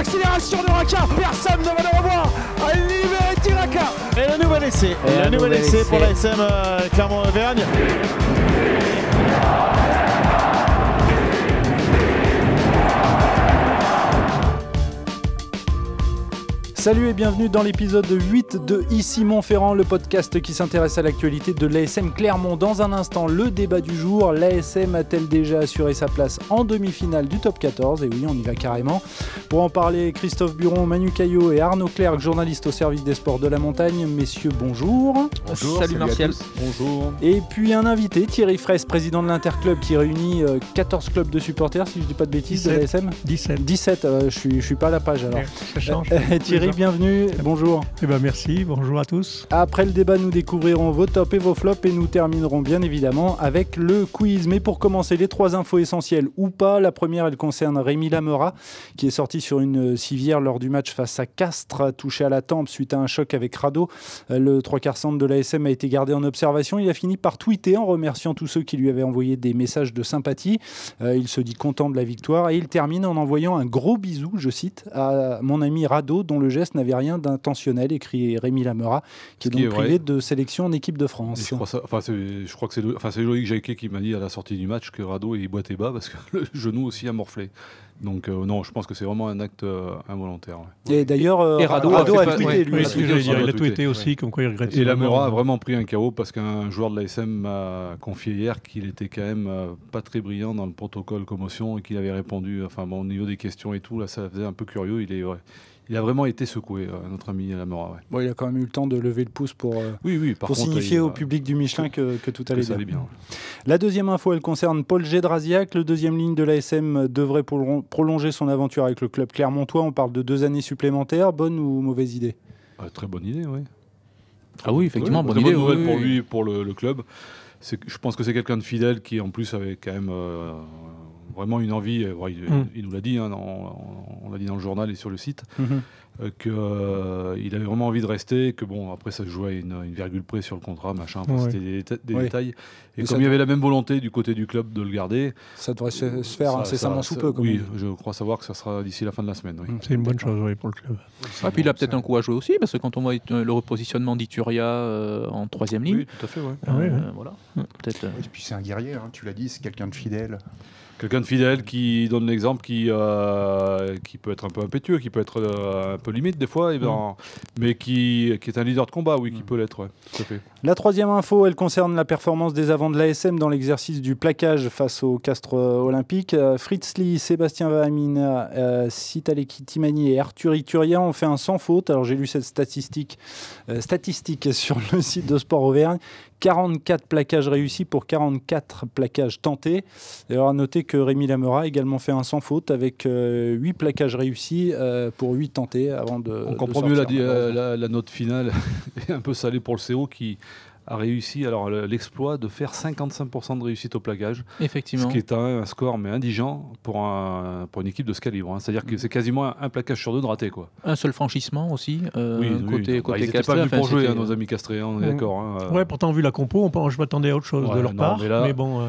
l'accélération de Raka, personne ne va le revoir. Liberty Raka. Et le nouvel essai. Le nouvel essai pour l'ASM Clermont-Auvergne. Salut et bienvenue dans l'épisode 8 de Ici Montferrand, le podcast qui s'intéresse à l'actualité de l'ASM Clermont. Dans un instant, le débat du jour. L'ASM a-t-elle déjà assuré sa place en demi-finale du top 14 ? Et oui, on y va carrément. Pour en parler, Christophe Buron, Manu Caillot et Arnaud Clerc, journalistes au service des sports de la montagne. Messieurs, bonjour. Bonjour. Salut Martial. Bonjour. Et puis un invité, Thierry Fraisse, président de l'Interclub, qui réunit 14 clubs de supporters, si je ne dis pas de bêtises, 17, de l'ASM. 17. Je suis pas à la page alors. Ça change. Thierry, bienvenue, bonjour. Eh ben merci, bonjour à tous. Après le débat, nous découvrirons vos tops et vos flops et nous terminerons bien évidemment avec le quiz. Mais pour commencer, les 3 infos essentielles ou pas. La première, elle concerne Rémi Lamera, qui est sorti sur une civière lors du match face à Castres, touché à la tempe suite à un choc avec Rado. Le 3/4 centre de l'ASM a été gardé en observation. Il a fini par tweeter en remerciant tous ceux qui lui avaient envoyé des messages de sympathie. Il se dit content de la victoire et il termine en envoyant un gros bisou, je cite, à mon ami Rado, dont le geste n'avait rien d'intentionnel, écrit Rémi Lamera, qui est donc privé de sélection en équipe de France. Je crois que c'est Loïc Jacquet qui m'a dit à la sortie du match que Rado il boitait bas parce que le genou aussi a morflé. Donc non, je pense que c'est vraiment un acte involontaire. Ouais. Et d'ailleurs, Rado a tweeté lui. Il a tweeté aussi, comme quoi il regrette. Et Lamera a vraiment pris un KO parce qu'un joueur de l'ASM m'a confié hier qu'il était quand même pas très brillant dans le protocole commotion et qu'il avait répondu, au niveau des questions et tout, là ça faisait un peu curieux. Il a vraiment été secoué, notre ami Lamera. Ouais. Bon, il a quand même eu le temps de lever le pouce pour contre, signifier au public du Michelin que tout allait bien. bien. Ouais. La deuxième info, elle concerne Paul Gédrasiac. Le deuxième ligne de l'ASM devrait prolonger son aventure avec le club clermontois. On parle de 2 années supplémentaires. Bonne ou mauvaise idée ? Très bonne idée, oui. Ah oui, effectivement, bonne idée. Nouvelle pour lui, pour le club. Je pense que c'est quelqu'un de fidèle qui, en plus, avait quand même... vraiment une envie, il nous l'a dit, on l'a dit dans le journal et sur le site, qu'il avait vraiment envie de rester, que bon, après ça se jouait à une virgule près sur le contrat, c'était des détails. Et comme il y avait la même volonté du côté du club de le garder... Ça devrait se faire incessamment sous peu. Oui, je crois savoir que ça sera d'ici la fin de la semaine. Oui. C'est une bonne chose pour le club. Puis il a peut-être un coup à jouer aussi, parce que quand on voit le repositionnement d'Ituria en 3e ligne... Oui, tout à fait, voilà. Peut-être, Et puis c'est un guerrier, tu l'as dit, c'est quelqu'un de fidèle. Quelqu'un de fidèle qui donne l'exemple, qui peut être un peu impétueux, qui peut être un peu limite des fois, mais qui est un leader de combat, qui peut l'être, tout à fait. La 3e info, elle concerne la performance des avants de l'ASM dans l'exercice du plaquage face au Castres olympique. Fritz Lee, Sébastien Vahamina, Sitaleki Timani et Arthur Ituria ont fait un sans faute. Alors j'ai lu cette statistique sur le site de Sport Auvergne. 44 plaquages réussis pour 44 plaquages tentés. Alors à noter que Rémi Lamera a également fait un sans faute avec 8 plaquages réussis pour 8 tentés avant de... On comprend mieux la note finale est un peu salée pour le CO qui a réussi l'exploit de faire 55% de réussite au plaquage. Effectivement. Ce qui est un score mais indigent pour une équipe de ce calibre. C'est-à-dire que c'est quasiment un plaquage sur 2 de raté. Un seul franchissement aussi. Côté ils n'étaient pas venus pour jouer, nos amis castrés, on est d'accord. Pourtant, vu la compo, je m'attendais à autre chose de leur part. Mais bon...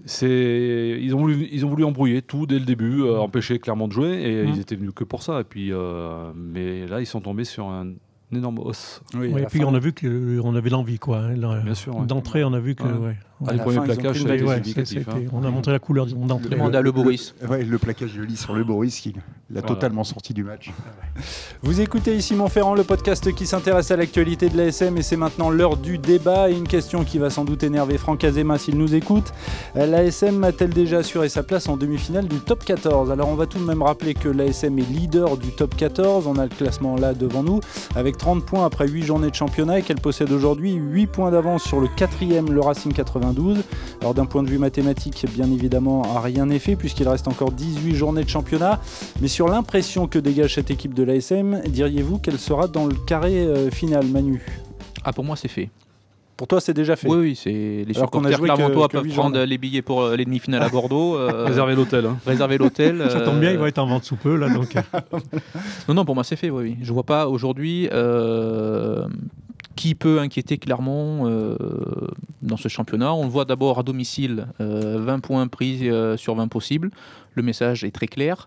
Ils ont voulu embrouiller tout dès le début, empêcher Clermont de jouer, et ils étaient venus que pour ça. Et puis, mais là, ils sont tombés sur un énorme os. Et puis on a vu qu'on avait l'envie, Bien sûr. D'entrée, on a vu que... Le premier plaquage, ça a été significatif. On a montré la couleur d'entrée. Demande à Le Boris. Le plaquage de Lee sur Le Boris, qui l'a totalement sorti du match. Vous écoutez ici Montferrand, le podcast qui s'intéresse à l'actualité de l'ASM, et c'est maintenant l'heure du débat. Et une question qui va sans doute énerver Franck Azema s'il nous écoute. L'ASM a-t-elle déjà assuré sa place en demi-finale du top 14 ? Alors on va tout de même rappeler que l'ASM est leader du top 14. On a le classement là devant nous, avec 30 points après 8 journées de championnat, et qu'elle possède aujourd'hui 8 points d'avance sur le 4e, le Racing 92. Alors d'un point de vue mathématique, bien évidemment, rien n'est fait puisqu'il reste encore 18 journées de championnat. Mais sur l'impression que dégage cette équipe de l'ASM, diriez-vous qu'elle sera dans le carré final, Manu ? Pour moi, c'est fait. Pour toi, c'est déjà fait. Oui, c'est les supporters clermontois peuvent prendre les billets pour les demi-finales à Bordeaux. Réserver l'hôtel. Réserver l'hôtel. Ça tombe bien, il va être en vente sous peu, là. Donc. Non, pour moi, c'est fait, oui. Je vois pas aujourd'hui qui peut inquiéter Clermont dans ce championnat. On le voit d'abord à domicile, 20 points pris sur 20 possibles. Le message est très clair.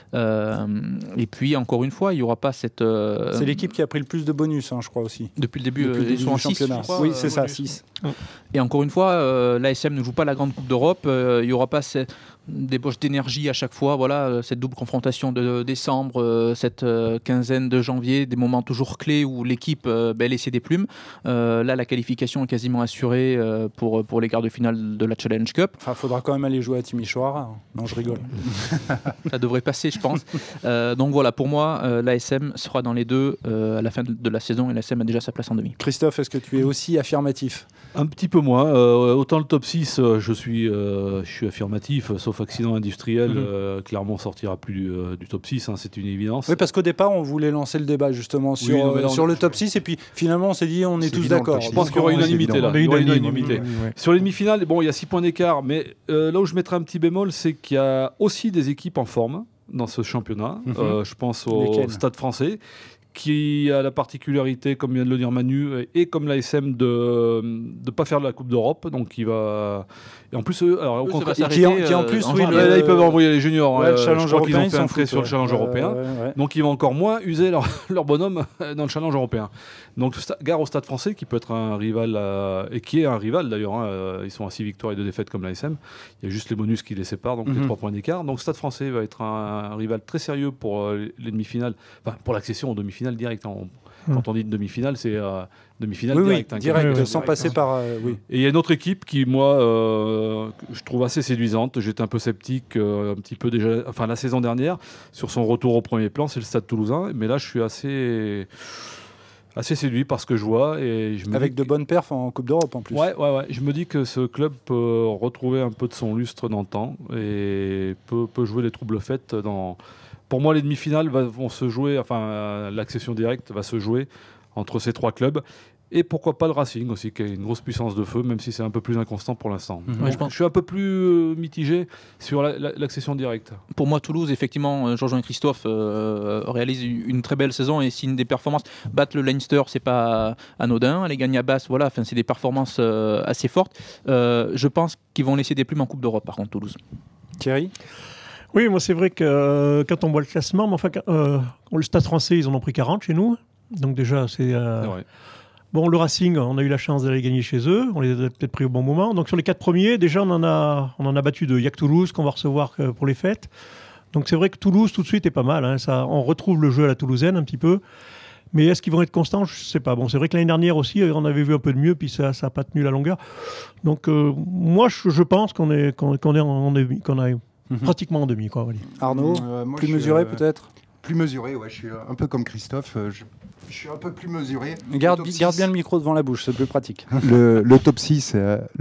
Et puis, encore une fois, il n'y aura pas cette... C'est l'équipe qui a pris le plus de bonus, je crois aussi. Depuis le début ils sont en 6, championnat. Oui, c'est ça, 6. Et encore une fois, l'ASM ne joue pas la Grande Coupe d'Europe. Il n'y aura pas cette débauche d'énergie à chaque fois. Voilà, cette double confrontation de décembre, cette quinzaine de janvier, des moments toujours clés où l'équipe laissait des plumes. Là, la qualification est quasiment assurée pour les quarts de finale de la Challenge Cup. Enfin, il faudra quand même aller jouer à Timișoara. Non, je rigole. Ça devrait passer, je pense. Donc voilà, pour moi, l'ASM sera dans les deux à la fin de la saison et l'ASM a déjà sa place en demi. Christophe, est-ce que tu es aussi affirmatif ? Un petit peu moins. Autant le top 6, je suis affirmatif, sauf accident industriel. Clermont sortira plus du top 6, c'est une évidence. Oui, parce qu'au départ, on voulait lancer le débat justement sur le top 6, et puis finalement, on s'est dit, on est tous d'accord. Je pense qu'il y aura une unanimité là. Il y aura une unanimité. Sur les demi-finales, il y a 6 points d'écart, mais là où je mettrai un petit bémol, c'est qu'il y a aussi des équipes en forme dans ce championnat. Je pense au Stade Français, qui a la particularité, comme vient de le dire Manu, et comme l'ASM de ne pas faire de la Coupe d'Europe. Donc il va... Et en plus, eux, au contraire, qui en plus, là, ils peuvent envoyer les juniors. Le challenge européen, ils ont fait un trait sur le challenge européen. Donc ils vont encore moins user leur bonhomme dans le challenge européen. Donc gare au Stade Français, qui peut être un rival, et qui est un rival d'ailleurs. Ils sont à 6 victoires et 2 défaites comme l'ASM. Il y a juste les bonus qui les séparent, donc les 3 points d'écart. Donc Stade Français va être un rival très sérieux pour les demi-finales, enfin pour l'accession aux demi-finales directes. Quand on dit demi-finale, c'est demi-finale directe. Oui, direct, sans passer par... Et il y a une autre équipe qui, moi, je trouve assez séduisante. J'étais un peu sceptique un petit peu déjà, la saison dernière, sur son retour au premier plan, c'est le Stade Toulousain. Mais là, je suis assez séduit par ce que je vois. Et avec de bonnes perfs en Coupe d'Europe en plus. Ouais. Je me dis que ce club peut retrouver un peu de son lustre d'antan et peut jouer les troubles faits dans... Pour moi, les demi-finales vont se jouer, l'accession directe va se jouer entre ces 3 clubs. Et pourquoi pas le Racing aussi, qui a une grosse puissance de feu, même si c'est un peu plus inconstant pour l'instant. Je suis un peu plus mitigé sur l'accession directe. Pour moi, Toulouse, effectivement, Jean-Jean et Christophe réalisent une très belle saison et signent des performances. Battre le Leinster, c'est pas anodin. Aller gagner à Basse, c'est des performances assez fortes. Je pense qu'ils vont laisser des plumes en Coupe d'Europe, par contre, Toulouse. Thierry ? Oui, moi c'est vrai que quand on voit le classement, le Stade Français, ils en ont pris 40 chez nous. Donc déjà, c'est... Bon, le Racing, on a eu la chance d'aller gagner chez eux. On les a peut-être pris au bon moment. Donc sur les 4 premiers, déjà, on en a battu 2. Il n'y a que Toulouse qu'on va recevoir pour les fêtes. Donc c'est vrai que Toulouse, tout de suite, est pas mal. On retrouve le jeu à la toulousaine un petit peu. Mais est-ce qu'ils vont être constants ? Je ne sais pas. Bon, c'est vrai que l'année dernière aussi, on avait vu un peu de mieux, puis ça n'a pas tenu la longueur. Donc moi, je pense qu'on a pratiquement en demi, quoi. Arnaud, plus mesuré peut-être ? Plus mesuré, ouais. Je suis un peu comme Christophe. Je suis un peu plus mesuré. Garde bien le micro devant la bouche, c'est plus pratique. Le top 6,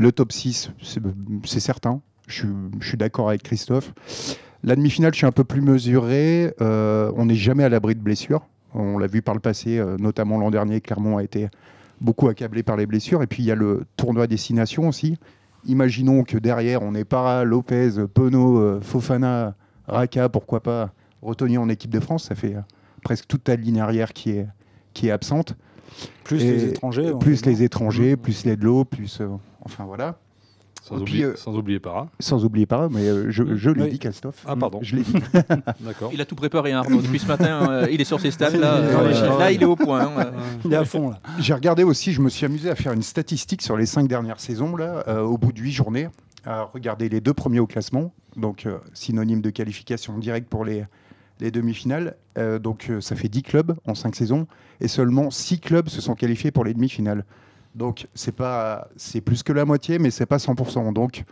c'est certain. Je suis d'accord avec Christophe. La demi-finale, je suis un peu plus mesuré. On n'est jamais à l'abri de blessures. On l'a vu par le passé, notamment l'an dernier, Clermont a été beaucoup accablé par les blessures. Et puis il y a le tournoi destination aussi. Imaginons que derrière, on ait Parra, Lopez, Penaud, Fofana, Raka, pourquoi pas, retenir en équipe de France. Ça fait presque toute ta ligne arrière qui est absente. Plus les étrangers. Plus les étrangers, plus Ledlow, plus... voilà. Sans oublier Parra. Sans oublier Parra, mais je l'ai dit, Christophe. Ah, pardon. Je l'ai dit. D'accord. Il a tout préparé, Arnaud. Depuis ce matin, il est sur ses stats. Là, il est au point. Il est à fond, là. J'ai regardé aussi, je me suis amusé à faire une statistique sur les 5 dernières saisons, là, au bout de 8 journées, à regarder les 2 premiers au classement, donc synonyme de qualification directe pour les demi-finales. Donc ça fait 10 clubs en 5 saisons, et seulement 6 clubs se sont qualifiés pour les demi-finales. Donc c'est plus que la moitié, mais c'est pas 100%. Donc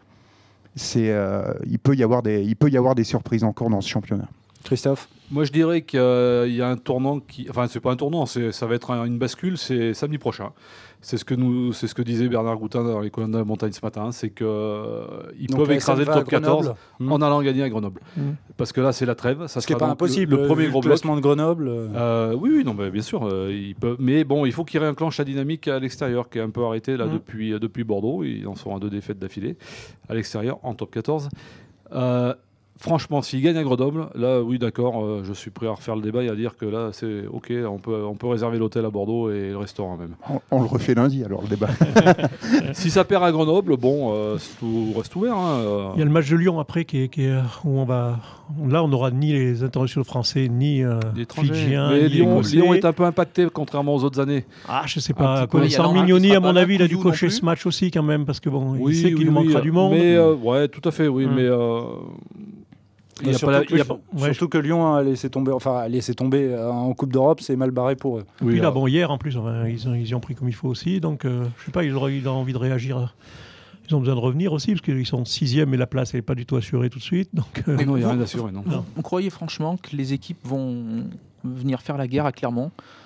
il peut y avoir des surprises encore dans ce championnat. Christophe ? Moi, je dirais qu'il y a un tournant qui... Enfin, c'est pas un tournant, ça va être une bascule, c'est samedi prochain. C'est ce que disait Bernard Goutin dans les colonnes de la montagne ce matin, c'est qu'ils peuvent écraser le top 14 en allant gagner à Grenoble. Parce que là, c'est la trêve. Ça ce qui n'est pas impossible, le premier gros classement de Grenoble. Oui, non, bien sûr. Ils peuvent, mais bon, il faut qu'ils réenclenchent la dynamique à l'extérieur, qui est un peu arrêtée là, depuis Bordeaux. Ils en sont à 2 défaites d'affilée à l'extérieur, en top 14. Franchement, s'ils gagnent à Grenoble, là, oui, d'accord, je suis prêt à refaire le débat et à dire que là, c'est OK, on peut réserver l'hôtel à Bordeaux et le restaurant même. On le refait lundi, alors, le débat. Si ça perd à Grenoble, bon, tout reste ouvert. Il y a le match de Lyon après où on va... Là, on n'aura ni les internationaux français, ni Fidjiens, mais ni Lyon est un peu impacté, contrairement aux autres années. Ah, je sais pas. Connaissant Mignoni, à mon avis, il a dû cocher ce match aussi, quand même, parce que bon, il sait qu'il nous manquera du monde. Mais, ouais, tout à fait, oui, mais... Surtout que Lyon a laissé tomber en Coupe d'Europe, c'est mal barré pour eux. Oui, là, hier en plus, ils y ont pris comme il faut aussi, donc je sais pas, il a envie de réagir. Ils ont besoin de revenir aussi, parce qu'ils sont 6e et la place n'est pas du tout assurée tout de suite. Donc, non, il n'y a rien d'assuré, non. Vous croyez franchement que les équipes vont venir faire la guerre à Clermont?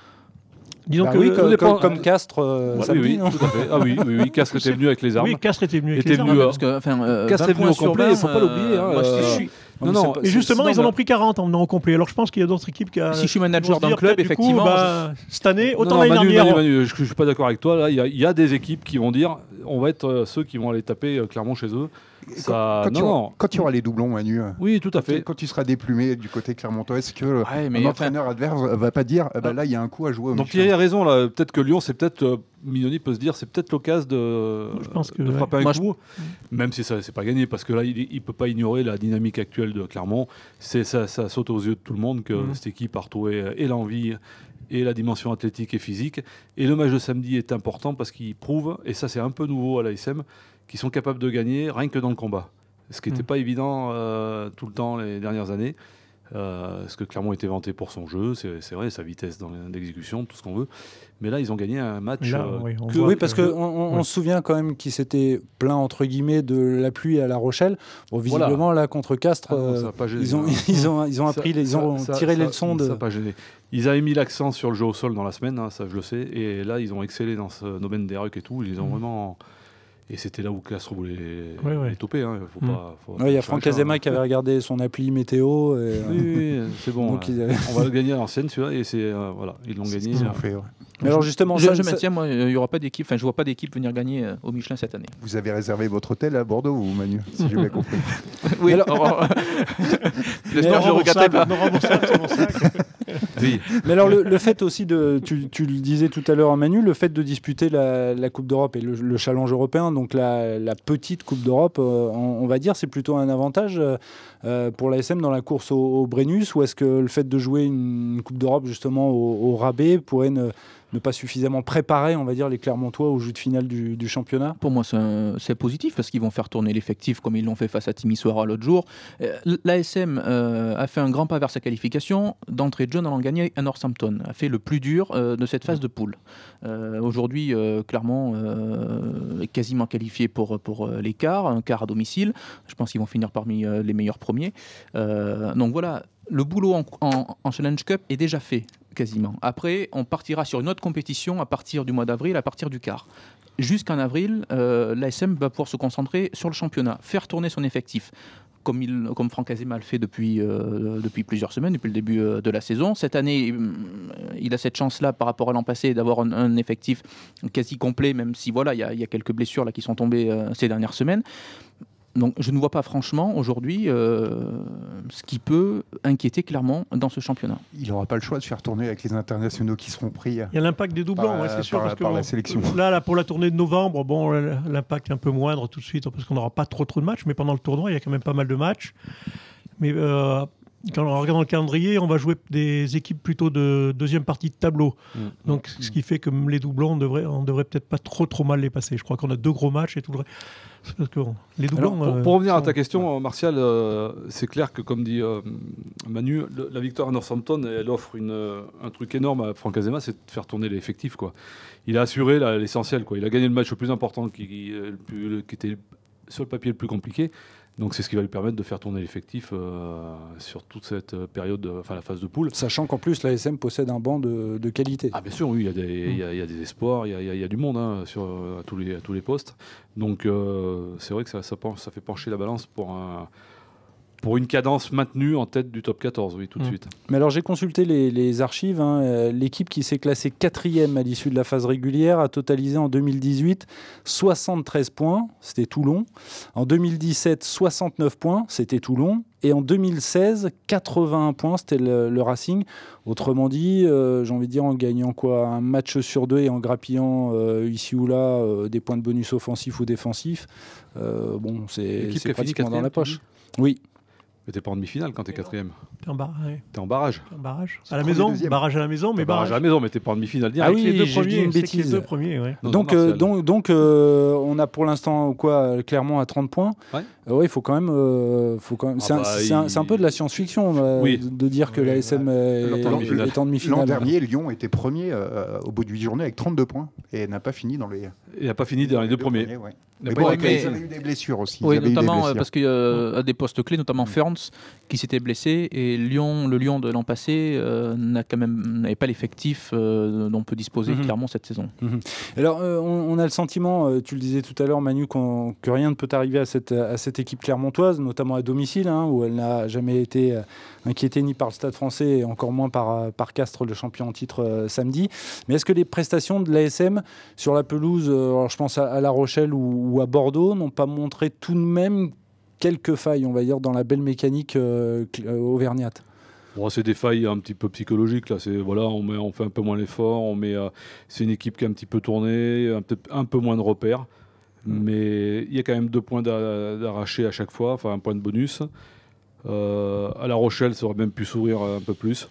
Disons que oui, comme Castres, samedi, non tout à fait. Ah oui, Castres était venu avec les armes. Oui, Castres était venu avec les armes. Castres est venu au complet, il ne faut pas l'oublier. Non, et justement, ils en ont pris 40 en venant au complet. Alors je pense qu'il y a d'autres équipes qui... Si je suis manager d'un club, effectivement... cette année, autant l'année dernière... Manu, je ne suis pas d'accord avec toi. Il y a des équipes qui vont dire on va être ceux qui vont aller taper Clermont chez eux. Quand il y aura les doublons, Manu. Oui, tout à fait. Quand tu seras déplumé du côté clermontois, est-ce que l'entraîneur adverse va pas dire là, il y a un coup à jouer au Donc Thierry a raison, là. Peut-être que Lyon, c'est peut-être... Mignoni peut se dire c'est peut-être l'occasion de frapper un coup, même si ça c'est pas gagné, parce que là, il peut pas ignorer la dynamique actuelle de Clermont. Ça saute aux yeux de tout le monde que cette équipe a retrouvé et l'envie et la dimension athlétique et physique. Et le match de samedi est important parce qu'il prouve, et ça c'est un peu nouveau à l'ASM, qu'ils sont capables de gagner rien que dans le combat. Ce qui n'était pas évident tout le temps les dernières années. Parce que Clermont était vanté pour son jeu, c'est vrai, sa vitesse dans l'exécution, tout ce qu'on veut. Mais là, ils ont gagné un match. Oui, parce qu'on se souvient quand même qu'ils s'étaient plaints, entre guillemets, de la pluie à La Rochelle. Bon, visiblement, là, contre Castres, ils ont tiré les leçons de. Ça n'a pas gêné. Ils avaient mis l'accent sur le jeu au sol dans la semaine, ça je le sais. Et là, ils ont excellé dans ce domaine des rucks et tout. Ils ont vraiment. Et c'était là où Castres voulait les toper. Il y a Franck Azema qui avait regardé son appli météo. Oui, c'est bon. Donc, on va le gagner à l'ancienne, celui-là. Et ils l'ont gagné. Mais alors justement, je maintiens, moi, il n'y aura pas d'équipe. Enfin, je vois pas d'équipe venir gagner au Michelin cette année. Vous avez réservé votre hôtel à Bordeaux, vous, Manu, si j'ai bien compris. Oui. J'espère que je ne regretterai pas. C'est mon sac. Oui. Mais alors le fait aussi tu le disais tout à l'heure, Manu, le fait de disputer la Coupe d'Europe et le challenge européen, donc la petite Coupe d'Europe, on va dire, c'est plutôt un avantage pour l'ASM dans la course au Brennus, ou est-ce que le fait de jouer une Coupe d'Europe justement au rabais pourrait ne pas suffisamment préparer, on va dire, les Clermontois au jeu de finale du championnat? Pour moi, c'est positif parce qu'ils vont faire tourner l'effectif comme ils l'ont fait face à Timisoara l'autre jour. L'ASM a fait un grand pas vers sa qualification. D'entrée de jeu, en allant gagner à Northampton, a fait le plus dur de cette phase de poule. Aujourd'hui, Clermont est quasiment qualifié pour les quarts, un quart à domicile. Je pense qu'ils vont finir parmi les meilleurs premiers. Donc voilà, le boulot en Challenge Cup est déjà fait. Quasiment. Après, on partira sur une autre compétition à partir du mois d'avril, à partir du quart. Jusqu'en avril, l'ASM va pouvoir se concentrer sur le championnat, faire tourner son effectif, comme Franck Azema le fait depuis plusieurs semaines, depuis le début de la saison. Cette année, il a cette chance-là par rapport à l'an passé d'avoir un effectif quasi complet, même si voilà, il y a quelques blessures là, qui sont tombées ces dernières semaines. Donc je ne vois pas franchement aujourd'hui ce qui peut inquiéter Clermont dans ce championnat. Il n'aura pas le choix de faire tourner avec les internationaux qui seront pris. Il y a l'impact des doublons, c'est sûr. Par la sélection. Là, pour la tournée de novembre, l'impact est un peu moindre tout de suite parce qu'on n'aura pas trop de matchs, mais pendant le tournoi, il y a quand même pas mal de matchs. Mais quand on regarde le calendrier, on va jouer des équipes plutôt de deuxième partie de tableau. Donc, ce qui fait que les doublons, on devrait peut-être pas trop mal les passer. Je crois qu'on a 2 gros matchs et tout le reste. Parce que les doublons, alors, pour revenir à ta question, Martial, c'est clair que, comme dit Manu, la victoire à Northampton, elle offre un truc énorme à Franck Azema, c'est de faire tourner l'effectif. Il a assuré l'essentiel. Il a gagné le match le plus important qui était sur le papier le plus compliqué. Donc c'est ce qui va lui permettre de faire tourner l'effectif sur toute cette période, la phase de poule. Sachant qu'en plus l'ASM possède un banc de qualité. Ah bien sûr, oui, il y a des espoirs, il y a du monde à tous les postes. Donc c'est vrai que ça fait pencher la balance pour une cadence maintenue en tête du top 14, oui, tout de suite. Mais alors j'ai consulté les archives. L'équipe qui s'est classée 4e à l'issue de la phase régulière a totalisé en 2018 73 points, c'était Toulon. En 2017, 69 points, c'était Toulon. Et en 2016, 81 points, c'était le Racing. Autrement dit, j'ai envie de dire en gagnant quoi, un match sur 2 et en grappillant ici ou là des points de bonus offensifs ou défensifs. C'est pratiquement dans la poche. Oui. Mais t'es pas en demi-finale quand t'es quatrième. T'es en barrage. T'es en barrage. À la maison. Barrage à la maison, mais barrage à la maison, mais t'es pas en demi-finale direct. Ah oui, les deux j'ai dit une bêtise. Les deux premiers, ouais. Donc, on a pour l'instant Clermont à 30 points. Ouais, il faut quand même. C'est un peu de la science-fiction de dire que la SM est en demi-finale. L'an dernier, Lyon était premier au bout de 8 journées avec 32 points et n'a pas fini dans les. Il n'a pas fini dans les deux premiers. Mais bon, ils avaient eu des blessures aussi. Oui, notamment parce qu'il y a des postes clés, notamment Ferns, qui s'était blessé, et le Lyon de l'an passé n'avait pas l'effectif dont peut disposer Clermont cette saison. Alors, on a le sentiment, tu le disais tout à l'heure, Manu, que rien ne peut arriver à cette équipe clermontoise, notamment à domicile, où elle n'a jamais été inquiétée ni par le Stade français, et encore moins par Castres, le champion en titre samedi. Mais est-ce que les prestations de l'ASM sur la pelouse, alors je pense à La Rochelle ou à Bordeaux, n'ont pas montré tout de même quelques failles, on va dire, dans la belle mécanique auvergnate? Bon, c'est des failles un petit peu psychologiques. Là. On fait un peu moins l'effort. C'est une équipe qui est un petit peu tournée, un peu moins de repères. Mais il y a quand même 2 points d'arracher à chaque fois, enfin un point de bonus. À La Rochelle, ça aurait même pu s'ouvrir un peu plus.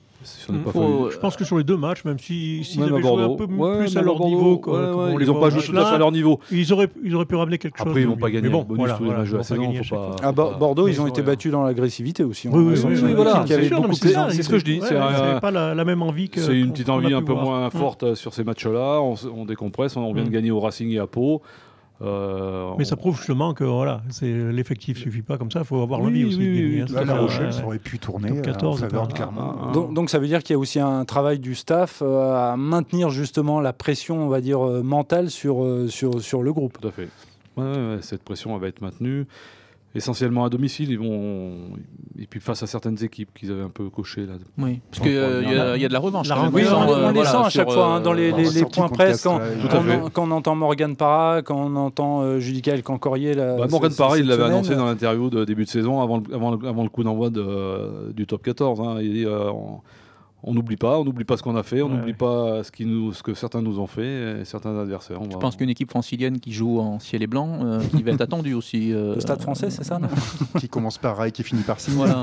Je pense que sur les 2 matchs, même s'ils avaient joué un peu plus à leur niveau, ils n'ont pas joué tout à fait à leur niveau. Ils auraient pu ramener quelque chose. Après, ils n'ont pas gagné le bonus tous les matchs de la saison. Bordeaux, ils ont été battus dans l'agressivité aussi. Oui, voilà. C'est ce que je dis. C'est pas la même envie que. C'est une petite envie un peu moins forte sur ces matchs-là. On décompresse. On vient de gagner au Racing et à Pau. Mais ça prouve justement que l'effectif ne suffit pas comme ça, il faut avoir l'envie aussi. La Rochelle, ça aurait pu tourner 14, clairement. Donc ça veut dire qu'il y a aussi un travail du staff à maintenir justement la pression, on va dire, mentale sur le groupe. Tout à fait. Cette pression elle va être maintenue. Essentiellement à domicile, et puis face à certaines équipes qu'ils avaient un peu cochées là. Oui, parce qu'il y a de la revanche. Oui, on les sent à chaque fois dans les points presse. Quand on entend Morgan Parra, quand on entend Judicaël Cancorier. Morgan Parra, il l'avait annoncé dans l'interview de début de saison, avant le coup d'envoi du top 14. Il dit on n'oublie pas ce qu'on a fait, on n'oublie pas ce que certains nous ont fait, et certains adversaires. Je pense qu'une équipe francilienne qui joue en ciel et blanc, qui va être attendue aussi. Le Stade français, c'est ça, non? Qui commence par A et qui finit par C. Voilà.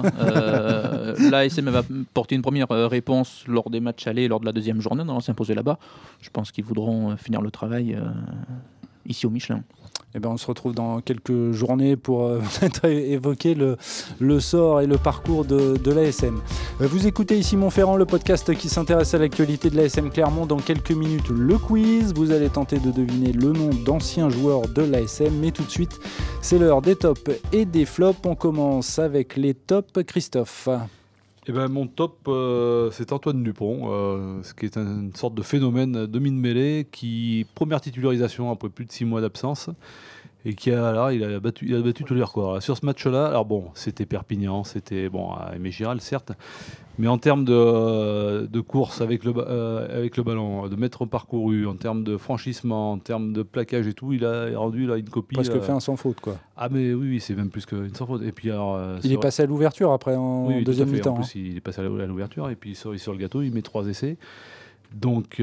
L'ASM va porter une première réponse lors des matchs allés, lors de la deuxième journée, on va s'imposer là-bas. Je pense qu'ils voudront finir le travail ici au Michelin. On se retrouve dans quelques journées pour évoquer le sort et le parcours de l'ASM. Vous écoutez ici Montferrand, le podcast qui s'intéresse à l'actualité de l'ASM Clermont. Dans quelques minutes, le quiz. Vous allez tenter de deviner le nom d'anciens joueurs de l'ASM. Mais tout de suite, c'est l'heure des tops et des flops. On commence avec les tops. Christophe. Mon top, c'est Antoine Dupont, ce qui est une sorte de phénomène demi-mêlée qui, première titularisation après plus de 6 mois d'absence, et qui il a battu tous les records. Sur ce match-là, alors bon, c'était Perpignan, c'était à Aimé Giral, certes, mais en termes de course avec le ballon, de mètres parcourus, en termes de franchissement, en termes de plaquage et tout, il a rendu une copie. Presque fait un sans faute, quoi. Ah mais oui, c'est même plus qu'une sans faute. Et puis il est passé à l'ouverture après en deuxième mi-temps. En plus, il est passé à l'ouverture et puis sur le gâteau, il met 3 essais. Donc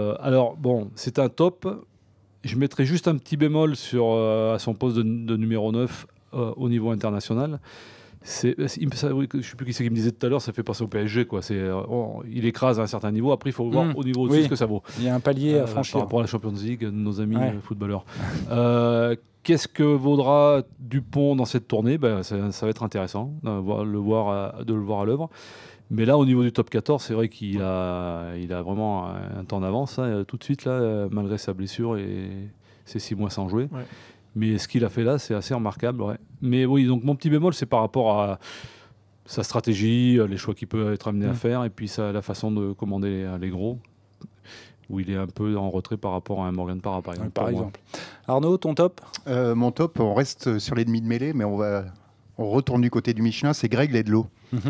c'est un top. Je mettrais juste un petit bémol à son poste de numéro 9 au niveau international. Je ne sais plus qui c'est qui me disait tout à l'heure, ça fait passer au PSG. Il écrase à un certain niveau. Après, il faut voir au niveau au-dessus ce que ça vaut. Il y a un palier à franchir. Par rapport à la Champions League, nos amis footballeurs. Qu'est-ce que vaudra Dupont dans cette tournée? Ça va être intéressant de le voir à l'œuvre. Mais là, au niveau du top 14, c'est vrai qu'il a vraiment un temps d'avance tout de suite, là, malgré sa blessure et ses 6 mois sans jouer. Ouais. Mais ce qu'il a fait là, c'est assez remarquable. Ouais. Mais oui, donc mon petit bémol, c'est par rapport à sa stratégie, les choix qu'il peut être amené à faire, et puis la façon de commander les gros, où il est un peu en retrait par rapport à un Morgan Parra, par exemple. Par exemple. Arnaud, ton top? Mon top, on reste sur les demi de mêlée, mais on retourne du côté du Michelin, c'est Greg Ledlow.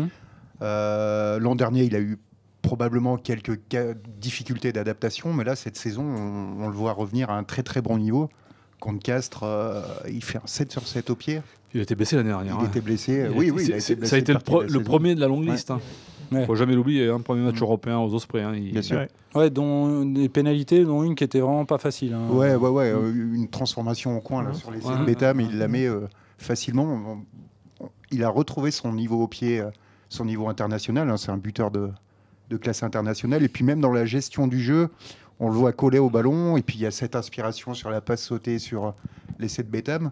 L'an dernier, il a eu probablement quelques difficultés d'adaptation, mais là, cette saison, on le voit revenir à un très très bon niveau. contre Castres, il fait un 7 sur 7 au pied. Il a été blessé l'année dernière. Il était blessé. Oui, il a été blessé. Ça a été le premier de la longue liste. Il ne faut jamais l'oublier, un premier match européen aux Ospreys. Bien sûr. Ouais, dont des pénalités, dont une qui était vraiment pas facile. Ouais. Une transformation au coin là, sur les bêta, mais il la met facilement. Il a retrouvé son niveau au pied, son niveau international. C'est un buteur de classe internationale. Et puis même dans la gestion du jeu, on le voit coller au ballon. Et puis il y a cette inspiration sur la passe sautée sur l'essai de Betham.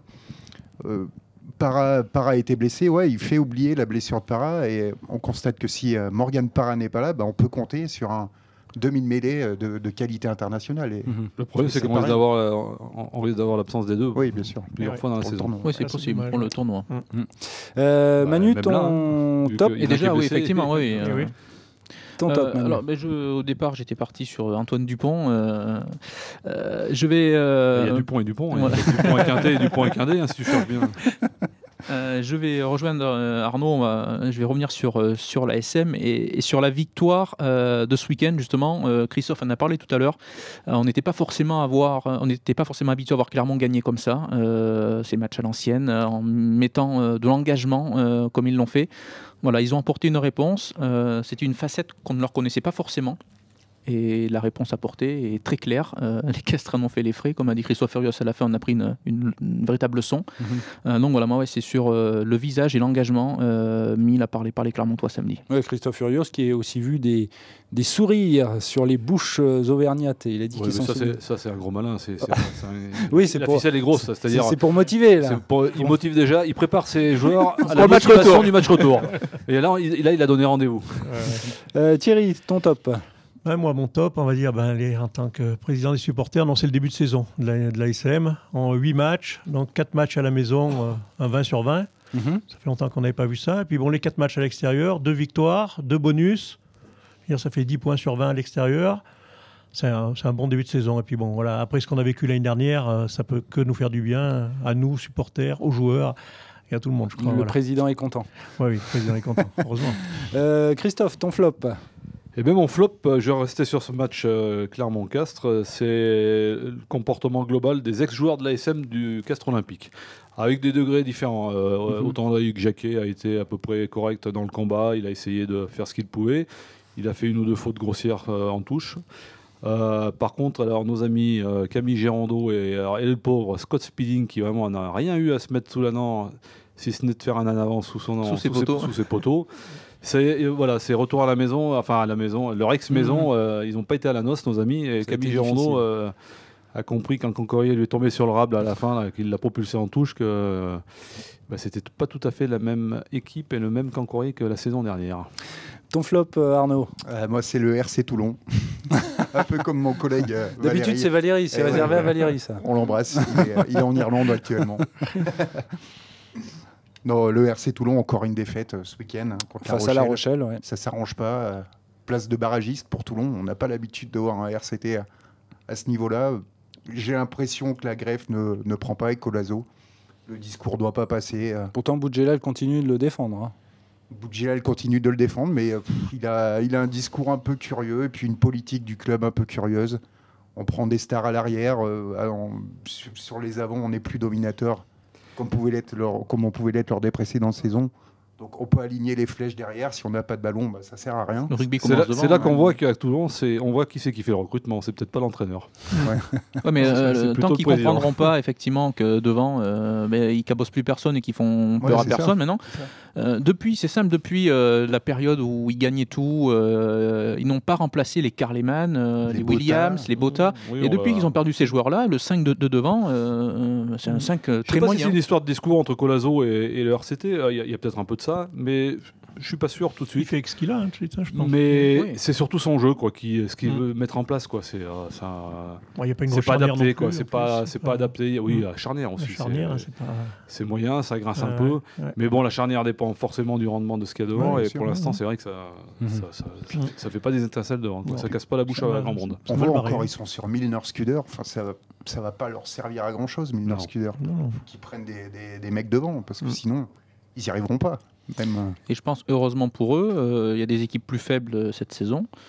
Parra a été blessé, il fait oublier la blessure de Parra. Et on constate que si Morgan Parra n'est pas là, on peut compter sur un demi de mêlée de qualité internationale. Et le problème, c'est qu'on risque d'avoir l'absence des deux. Oui, bien sûr. Plusieurs fois dans la saison. Oui, c'est possible pour le tournoi. Manu, ton top. Et déjà, oui, effectivement, oui. Ton top, Manu. Alors, au départ, j'étais parti sur Antoine Dupont. Je vais. Il y a Dupont et Dupont. Voilà. Dupont et Quintet et Dupont et Quintet, si tu cherches bien. Je vais rejoindre Arnaud, je vais revenir sur la SM et sur la victoire de ce week-end justement. Christophe en a parlé tout à l'heure. On n'était pas forcément habitué à voir Clermont gagner comme ça, ces matchs à l'ancienne, en mettant de l'engagement comme ils l'ont fait. Voilà, ils ont apporté une réponse. C'était une facette qu'on ne leur connaissait pas forcément. Et la réponse apportée est très claire. Les Castres en ont fait les frais. Comme a dit Christophe Furios à la fin, on a pris une véritable leçon. Donc voilà, c'est sur le visage et l'engagement mis là par les Clermontois samedi. Ouais, Christophe Furios qui a aussi vu des sourires sur les bouches auvergnates. Et il a dit qu'ils sont ça, c'est un gros malin. Oui, c'est la ficelle est grosse. C'est-à-dire, c'est pour motiver. Là. Il motive déjà. Il prépare ses joueurs à la motivation du match retour. Et là, il a donné rendez-vous. Thierry, ton top. Moi, mon top, on va dire, en tant que président des supporters, c'est le début de saison de la SM. En 8 matchs, donc 4 matchs à la maison, un 20 sur 20. Ça fait longtemps qu'on n'avait pas vu ça. Et puis les 4 matchs à l'extérieur, 2 victoires, 2 bonus. Ça fait 10 points sur 20 à l'extérieur. C'est un bon début de saison. Et puis après ce qu'on a vécu l'année dernière, ça peut que nous faire du bien, à nous, supporters, aux joueurs. Et à tout le monde, je crois. Le président est content. Oui, le président est content, heureusement. Christophe, ton flop. Et bien mon flop, je vais rester sur ce match Clermont-Castres, c'est le comportement global des ex-joueurs de l'ASM du Castres Olympique, avec des degrés différents. Autant Hugues Jacquet a été à peu près correct dans le combat, il a essayé de faire ce qu'il pouvait, il a fait une ou deux fautes grossières en touche. Par contre, alors nos amis Camille Gérondeau et le pauvre Scott Speeding, qui vraiment n'a rien eu à se mettre sous la dent, si ce n'est de faire un en avant sous ses poteaux. C'est retour à la maison, leur ex-maison, ils n'ont pas été à la noce, nos amis, et Camille Gérondeau a compris quand Concorrier lui est tombé sur le rable à la fin, qu'il l'a propulsé en touche, que c'était pas tout à fait la même équipe et le même Concorrier que la saison dernière. Ton flop, Arnaud? Moi, c'est le RC Toulon. Un peu comme mon collègue Valérie. D'habitude, c'est Valérie, c'est réservé à Valérie, ça. On l'embrasse, il est en Irlande actuellement. Non, le RC Toulon, encore une défaite ce week-end contre face à La Rochelle. Ouais. Ça ne s'arrange pas. Place de barragiste pour Toulon. On n'a pas l'habitude de voir un RCT à ce niveau-là. J'ai l'impression que la greffe ne prend pas avec Colazo. Le discours ne doit pas passer. Pourtant, Boudjelal continue de le défendre. Boudjelal continue de le défendre, mais il a un discours un peu curieux et puis une politique du club un peu curieuse. On prend des stars à l'arrière. Sur les avants, on n'est plus dominateur. Comme on pouvait l'être lors des précédentes saisons. Donc on peut aligner les flèches derrière. Si on n'a pas de ballon, ça sert à rien. Le rugby commence devant. C'est là qu'on voit qu'à Toulon, on voit qui c'est qui fait le recrutement. C'est peut-être pas l'entraîneur. Mais tant qu'ils ne comprendront pas effectivement que devant, ils cabossent plus personne et qu'ils font peur à personne maintenant. Depuis la période où ils gagnaient tout, ils n'ont pas remplacé les Carleman, les Williams, les Bota. Et depuis qu'ils ont perdu ces joueurs-là, le 5 de devant, c'est un 5 très moyen. Je ne sais pas si c'est une histoire de discours entre Colazo et le RCT. Il y a peut-être un peu de ça, mais je suis pas sûr tout de suite. Il fait ce qu'il a, je pense. Mais c'est surtout son jeu, ce qu'il veut mettre en place, quoi. C'est pas adapté, quoi. C'est pas adapté. Oui, la charnière aussi. C'est moyen, ça grince un peu. Mais bon, la charnière dépend forcément du rendement de ce qu'il y a devant. Et pour l'instant, c'est vrai que ça fait pas des étincelles devant. Ça casse pas la bouche à grand monde. On voit encore, ils sont sur Milner Scudder. Enfin, ça va pas leur servir à grand chose, Milner Scudder. Il faut qu'ils prennent des mecs devant, parce que sinon, ils n'y arriveront pas. Et je pense, heureusement pour eux, il y a des équipes plus faibles cette saison.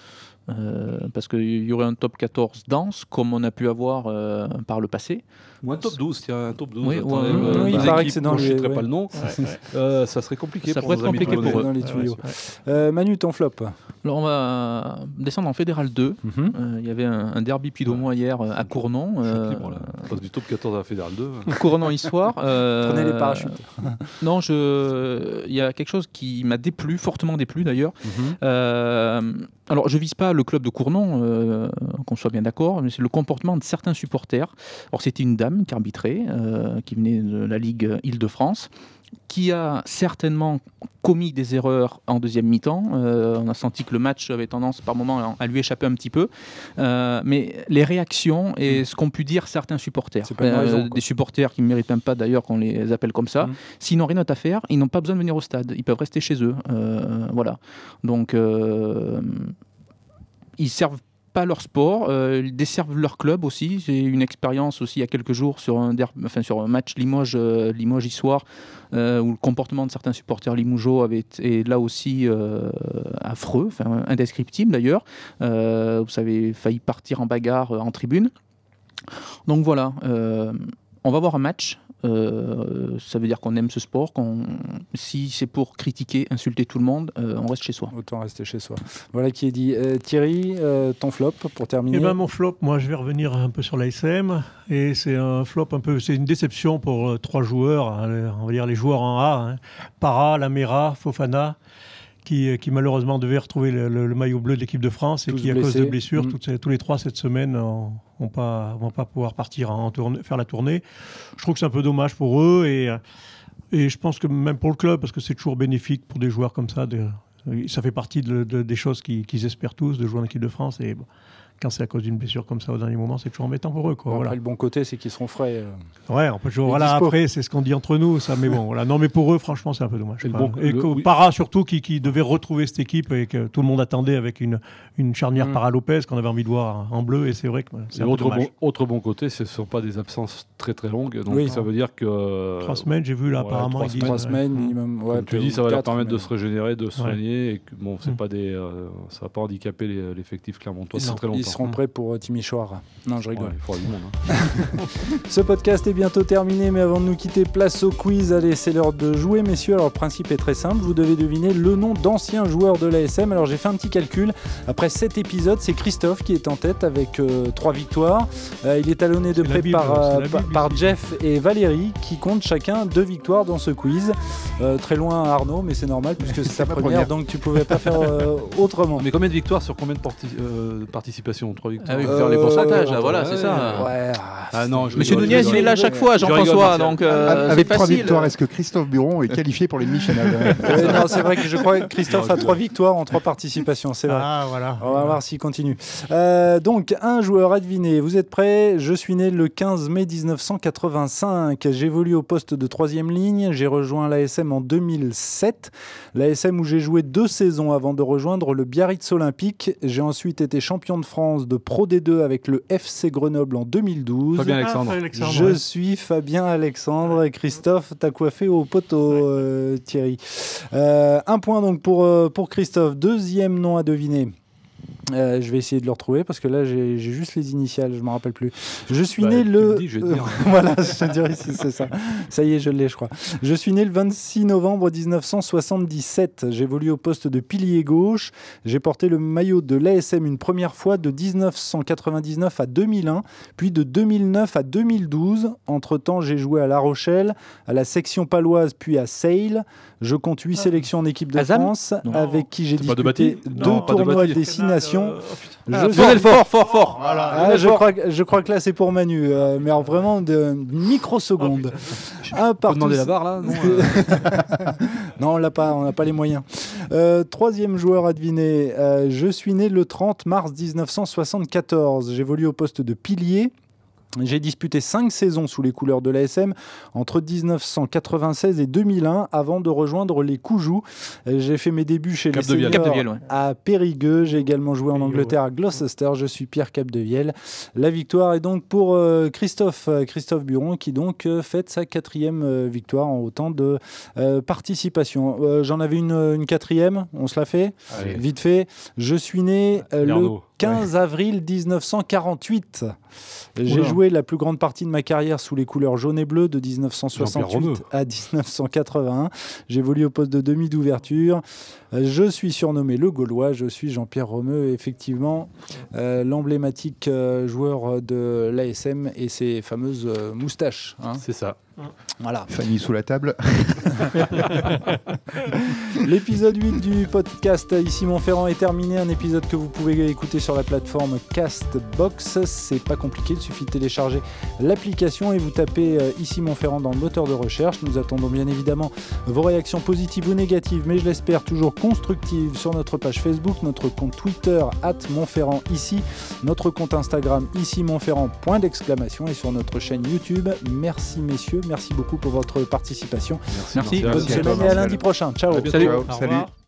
parce qu'il y aurait un top 14 danse, comme on a pu avoir par le passé. Ou un top 12, tiens, un top 12. Oui, il paraît que c'est dans je ne les... pas le nom. Ça serait compliqué ça pourrait être compliqué pour eux. Dans les tuyaux. Manu, ton flop? Alors on va descendre en Fédéral 2. Il y avait un derby pidomois hier à Cournon. On passe du top 14 à la Fédéral 2. Cournon-Histoire. Prenez les parachutes. Non, il y a quelque chose qui m'a déplu, fortement déplu d'ailleurs. Alors je vise pas le club de Cournon, qu'on soit bien d'accord, mais c'est le comportement de certains supporters. Alors c'était une dame qui arbitrait, qui venait de la Ligue Île-de-France, qui a certainement commis des erreurs en deuxième mi-temps. On a senti que le match avait tendance par moments à lui échapper un petit peu. Mais les réactions et ce qu'ont pu dire certains supporters, des supporters qui ne méritent même pas d'ailleurs qu'on les appelle comme ça, s'ils n'ont rien d'autre à faire, ils n'ont pas besoin de venir au stade. Ils peuvent rester chez eux. Voilà. Donc, ils servent pas leur sport, ils desservent leur club aussi. J'ai eu une expérience aussi il y a quelques jours sur un match Limoges-Issoire où le comportement de certains supporters limougeaux avait été là aussi affreux, indescriptible d'ailleurs. Vous avez failli partir en bagarre en tribune. Donc voilà, on va voir un match. Ça veut dire qu'on aime ce sport. Si c'est pour critiquer, insulter tout le monde, on reste chez soi. Autant rester chez soi. Voilà qui est dit. Thierry, ton flop pour terminer. Mon flop, moi je vais revenir un peu sur l'ASM. Et c'est un flop un peu, c'est une déception pour 3 joueurs, on va dire les joueurs en A, Para, Lamera, Fofana, qui malheureusement devaient retrouver le maillot bleu de l'équipe de France et qui, à cause de blessures, tous les 3 cette semaine, vont pas pouvoir partir faire la tournée. Je trouve que c'est un peu dommage pour eux et je pense que même pour le club, parce que c'est toujours bénéfique pour des joueurs comme ça, ça fait partie des choses qu'ils espèrent tous, de jouer en équipe de France. Et quand c'est à cause d'une blessure comme ça au dernier moment, c'est toujours embêtant pour eux. Bon, après, le bon côté, c'est qu'ils seront frais. Ouais, on peut toujours. Après, c'est ce qu'on dit entre nous, ça. Mais bon, voilà. Non, mais pour eux, franchement, c'est un peu dommage. Para, surtout, qui devait retrouver cette équipe et que tout le monde attendait avec une charnière Para-Lopez qu'on avait envie de voir en bleu. Et c'est vrai que c'est un peu dommage. Autre bon côté, ce ne sont pas des absences très très longues. Donc ça veut dire que 3 semaines, j'ai vu là, apparemment. 3 semaines minimum. Comme tu dis, ça va leur permettre de se régénérer, de se soigner. Et que, bon, c'est pas ça va pas handicaper l'effectif clermontois très longtemps. Ils seront prêts pour Timișoara. Non, je rigole. Il faudra du monde. Ce podcast est bientôt terminé, mais avant de nous quitter, place au quiz. Allez, c'est l'heure de jouer, messieurs. Alors, le principe est très simple. Vous devez deviner le nom d'anciens joueurs de l'ASM. Alors, j'ai fait un petit calcul. Après 7 épisodes, c'est Christophe qui est en tête avec 3 victoires. Il est talonné de près par Jeff et Valérie qui comptent chacun 2 victoires dans ce quiz. Très loin Arnaud, mais c'est normal puisque c'est sa première, donc tu pouvais pas faire autrement. Mais combien de victoires sur combien de participations? 3 victoires. Ah oui, faire les pourcentages, voilà, c'est ça. Ouais. Ah non, Monsieur Nunez, il est là à chaque fois, Jean-François, donc avec 3 facile. victoires, est-ce que Christophe Buron est qualifié pour les demi-finales? Non, c'est vrai que je crois que Christophe a 3 victoires en 3 participations, c'est vrai. Ah, voilà. On va voir s'il continue. Donc, un joueur à deviner. Vous êtes prêts? Je suis né le 15 mai 1985. J'évolue au poste de 3e ligne. J'ai rejoint l'ASM en 2007. L'ASM où j'ai joué 2 saisons avant de rejoindre le Biarritz Olympique. J'ai ensuite été champion de France de Pro D2 avec le FC Grenoble en 2012. Fabien Alexandre. Je suis Fabien Alexandre et Christophe, t'as coiffé au poteau, Thierry. 1 point donc pour Christophe. 2e nom à deviner. Je vais essayer de le retrouver parce que là j'ai juste les initiales, je ne me rappelle plus. Je suis né le... voilà, je dirais c'est ça. Ça y est, je l'ai, je crois. Je suis né le 26 novembre 1977. J'évolue au poste de pilier gauche. J'ai porté le maillot de l'ASM une première fois de 1999 à 2001, puis de 2009 à 2012. Entre-temps, j'ai joué à La Rochelle, à la section paloise, puis à Sale. Je compte 8 sélections en équipe de France, avec qui j'ai disputé 2 tournois de destination. Fort. Voilà. Je crois que là c'est pour Manu, mais alors vraiment de microsecondes. On peut demander la barre là? Non, on n'a pas les moyens. 3e joueur à deviner. Je suis né le 30 mars 1974. J'évolue au poste de pilier. J'ai disputé 5 saisons sous les couleurs de l'ASM entre 1996 et 2001 avant de rejoindre les Coujous. J'ai fait mes débuts chez les seniors à Périgueux. J'ai également joué en Angleterre à Gloucester. Je suis Pierre Capdevielle. La victoire est donc pour Christophe Buron qui donc fête sa 4e victoire en autant de participation. J'en avais une 4e, on se la fait. Allez. Vite fait. Je suis né le 15 avril 1948. J'ai joué la plus grande partie de ma carrière sous les couleurs jaune et bleu de 1968 à 1981. J'évolue au poste de demi d'ouverture. Je suis surnommé le Gaulois. Je suis Jean-Pierre Romeu, effectivement, l'emblématique joueur de l'ASM et ses fameuses moustaches. Hein. C'est ça. Voilà. Fanny sous la table. L'épisode 8 du podcast Ici Montferrand est terminé. Un épisode que vous pouvez écouter sur la plateforme Castbox. C'est pas compliqué, il suffit de télécharger l'application et vous tapez Ici Montferrand dans le moteur de recherche. Nous attendons bien évidemment vos réactions positives ou négatives, mais je l'espère toujours constructives sur notre page Facebook, notre compte Twitter @Montferrand ici, notre compte Instagram Ici Montferrand ! Et sur notre chaîne YouTube. Merci messieurs, merci beaucoup pour votre participation. Merci. Bonne semaine et à lundi prochain. Ciao. Salut. Salut.